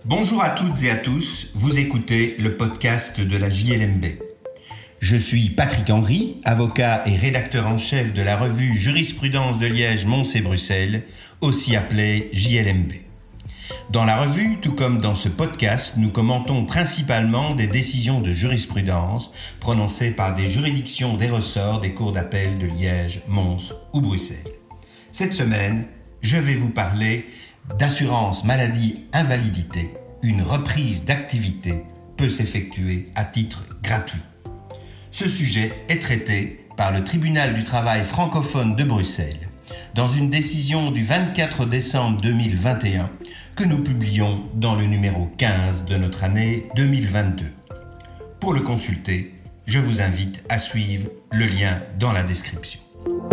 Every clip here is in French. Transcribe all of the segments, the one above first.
Bonjour à toutes et à tous, vous écoutez le podcast de la JLMB. Je suis Patrick Henry, avocat et rédacteur en chef de la revue Jurisprudence de Liège, Mons et Bruxelles, aussi appelée JLMB. Dans la revue, tout comme dans ce podcast, nous commentons principalement des décisions de jurisprudence prononcées par des juridictions des ressorts des cours d'appel de Liège, Mons ou Bruxelles. Cette semaine, je vais vous parler d'assurance maladie invalidité. Une reprise d'activité peut s'effectuer à titre gratuit. Ce sujet est traité par le tribunal du travail francophone de Bruxelles dans une décision du 24 décembre 2021 que nous publions dans le numéro 15 de notre année 2022. Pour le consulter, je vous invite à suivre le lien dans la description.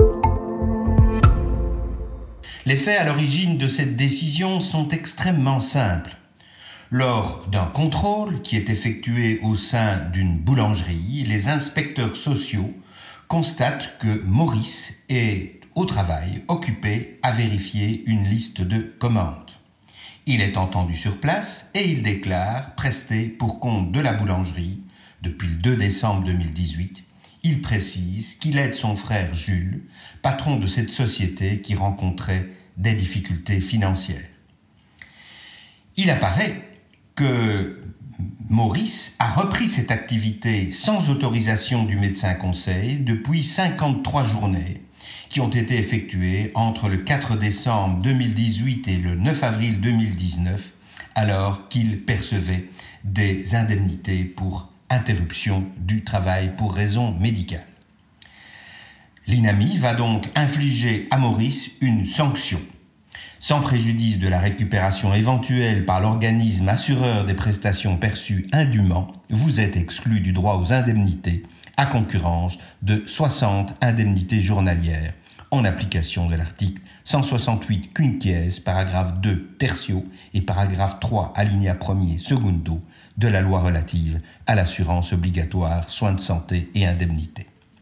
Les faits à l'origine de cette décision sont extrêmement simples. Lors d'un contrôle qui est effectué au sein d'une boulangerie, les inspecteurs sociaux constatent que Maurice est au travail, occupé à vérifier une liste de commandes. Il est entendu sur place et il déclare prester pour compte de la boulangerie depuis le 2 décembre 2018. Il précise qu'il aide son frère Jules, patron de cette société qui rencontrait des difficultés financières. Il apparaît que Maurice a repris cette activité sans autorisation du médecin conseil depuis 53 journées qui ont été effectuées entre le 4 décembre 2018 et le 9 avril 2019, alors qu'il percevait des indemnités pour interruption du travail pour raison médicale. L'INAMI va donc infliger à Maurice une sanction. Sans préjudice de la récupération éventuelle par l'organisme assureur des prestations perçues indûment, vous êtes exclu du droit aux indemnités à concurrence de 60 indemnités journalières en application de l'article 168 quinquies, paragraphe 2 tertio et paragraphe 3 alinéa 1er secundo de la loi relative à l'assurance obligatoire, soins de santé et indemnités.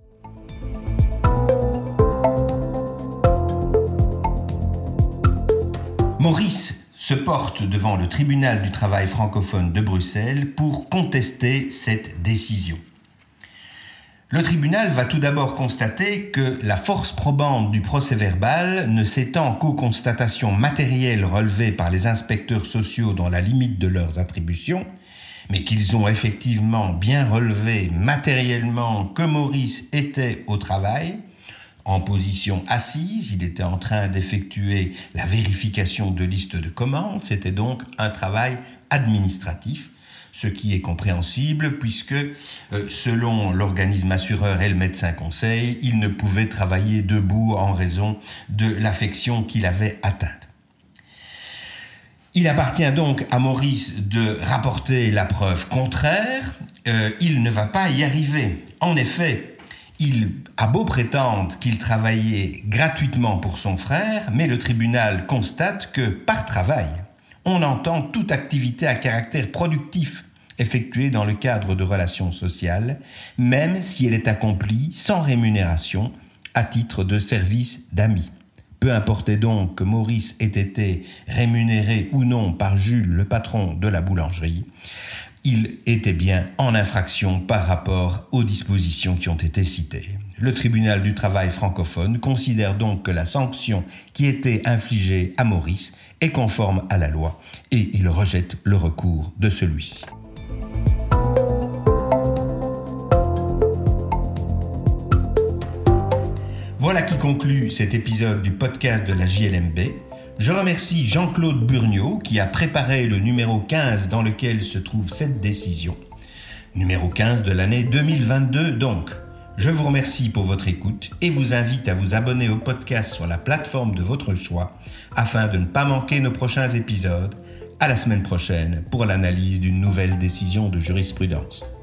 Maurice se porte devant le tribunal du travail francophone de Bruxelles pour contester cette décision. Le tribunal va tout d'abord constater que la force probante du procès-verbal ne s'étend qu'aux constatations matérielles relevées par les inspecteurs sociaux dans la limite de leurs attributions, mais qu'ils ont effectivement bien relevé matériellement que Maurice était au travail, en position assise, il était en train d'effectuer la vérification de liste de commandes, c'était donc un travail administratif, ce qui est compréhensible puisque, selon l'organisme assureur et le médecin conseil, il ne pouvait travailler debout en raison de l'affection qu'il avait atteinte. Il appartient donc à Maurice de rapporter la preuve contraire, il ne va pas y arriver. En effet, il a beau prétendre qu'il travaillait gratuitement pour son frère, mais le tribunal constate que, par travail, on entend toute activité à caractère productif effectuée dans le cadre de relations sociales, même si elle est accomplie sans rémunération à titre de service d'amis. Peu importait donc que Maurice ait été rémunéré ou non par Jules, le patron de la boulangerie, il était bien en infraction par rapport aux dispositions qui ont été citées. Le tribunal du travail francophone considère donc que la sanction qui était infligée à Maurice est conforme à la loi et il rejette le recours de celui-ci. Voilà qui conclut cet épisode du podcast de la JLMB. Je remercie Jean-Claude Burniot qui a préparé le numéro 15 dans lequel se trouve cette décision. Numéro 15 de l'année 2022 donc. Je vous remercie pour votre écoute et vous invite à vous abonner au podcast sur la plateforme de votre choix afin de ne pas manquer nos prochains épisodes. À la semaine prochaine pour l'analyse d'une nouvelle décision de jurisprudence.